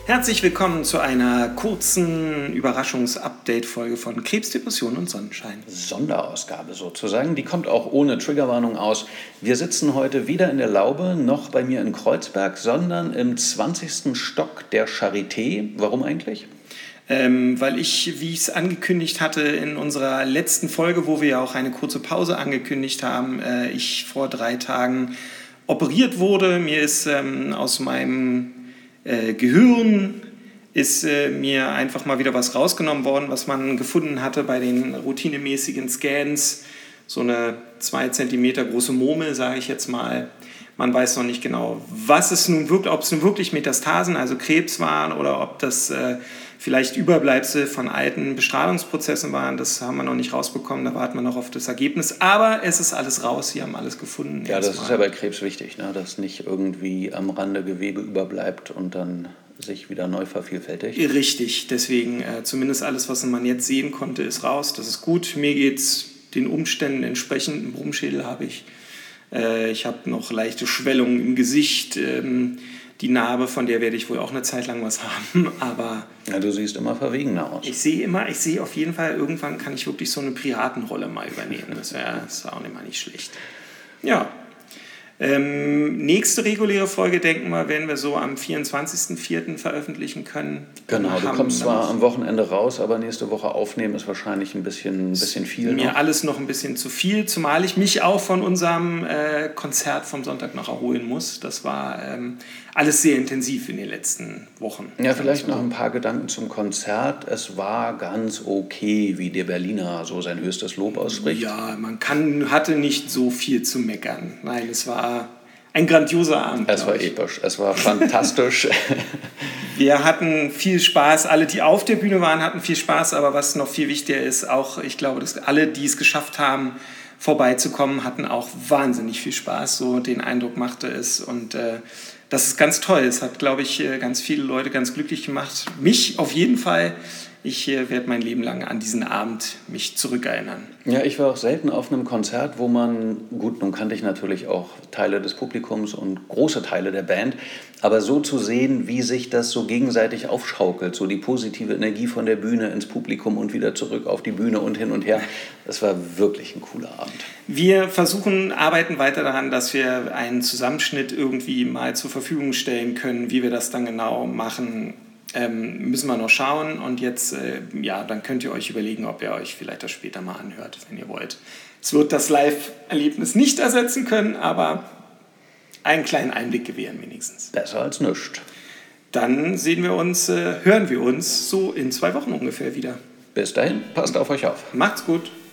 Herzlich willkommen zu einer kurzen Überraschungs-Update-Folge von Krebs, Depression und Sonnenschein. Sonderausgabe sozusagen, die kommt auch ohne Triggerwarnung aus. Wir sitzen heute wieder in der Laube, noch bei mir in Kreuzberg, sondern im 20. Stock der Charité. Warum eigentlich? Weil ich, wie ich es angekündigt hatte in unserer letzten Folge, wo wir ja auch eine kurze Pause angekündigt haben, ich vor 3 Tagen operiert wurde. Mir ist aus meinem Gehirn ist mir einfach mal wieder was rausgenommen worden, was man gefunden hatte bei den routinemäßigen Scans. So eine 2 Zentimeter große Murmel, sage ich jetzt mal. Man weiß noch nicht genau, was es nun wirklich, ob es nun wirklich Metastasen, also Krebs waren, oder ob das vielleicht Überbleibsel von alten Bestrahlungsprozessen waren. Das haben wir noch nicht rausbekommen, da warten wir noch auf das Ergebnis. Aber es ist alles raus, sie haben alles gefunden. Ja, das ist ja bei Krebs wichtig, ne? Dass nicht irgendwie am Rande Gewebe überbleibt und dann sich wieder neu vervielfältigt. Richtig, deswegen zumindest alles, was man jetzt sehen konnte, ist raus. Das ist gut. Mir geht es den Umständen entsprechend. Einen Brummschädel habe ich. Ich habe noch leichte Schwellungen im Gesicht. Die Narbe, von der werde ich wohl auch eine Zeit lang was haben, aber... Ja, du siehst immer verwegener aus. Ich sehe auf jeden Fall, irgendwann kann ich wirklich so eine Piratenrolle mal übernehmen. Das wäre auch immer nicht schlecht. Ja. Nächste reguläre Folge, denken wir, werden wir so am 24.04. veröffentlichen können. Genau, du kommst zwar am Wochenende raus, aber nächste Woche aufnehmen ist wahrscheinlich ein bisschen viel. Mir noch. Alles noch ein bisschen zu viel, zumal ich mich auch von unserem Konzert vom Sonntag noch erholen muss. Das war alles sehr intensiv in den letzten Wochen. Ja, vielleicht noch ein paar Gedanken zum Konzert. Es war ganz okay, wie der Berliner so sein höchstes Lob ausspricht. Ja, hatte nicht so viel zu meckern. Nein, es war ein grandioser Abend. Es war episch, es war fantastisch. Wir hatten viel Spaß, alle, die auf der Bühne waren, hatten viel Spaß, aber was noch viel wichtiger ist, auch ich glaube, dass alle, die es geschafft haben, vorbeizukommen, hatten auch wahnsinnig viel Spaß, so den Eindruck machte es, und das ist ganz toll. Es hat, glaube ich, ganz viele Leute ganz glücklich gemacht. Mich auf jeden Fall. Ich werde mein Leben lang an diesen Abend mich zurückerinnern. Ja, ich war auch selten auf einem Konzert, wo man, gut, nun kannte ich natürlich auch Teile des Publikums und große Teile der Band, aber so zu sehen, wie sich das so gegenseitig aufschaukelt, so die positive Energie von der Bühne ins Publikum und wieder zurück auf die Bühne und hin und her, das war wirklich ein cooler Abend. Wir arbeiten weiter daran, dass wir einen Zusammenschnitt irgendwie mal zur Verfügung stellen können. Wie wir das dann genau machen, müssen wir noch schauen, und jetzt, dann könnt ihr euch überlegen, ob ihr euch vielleicht das später mal anhört, wenn ihr wollt. Es wird das Live-Erlebnis nicht ersetzen können, aber einen kleinen Einblick gewähren wenigstens. Besser als nichts. Dann hören wir uns so in 2 Wochen ungefähr wieder. Bis dahin, passt auf euch auf. Macht's gut.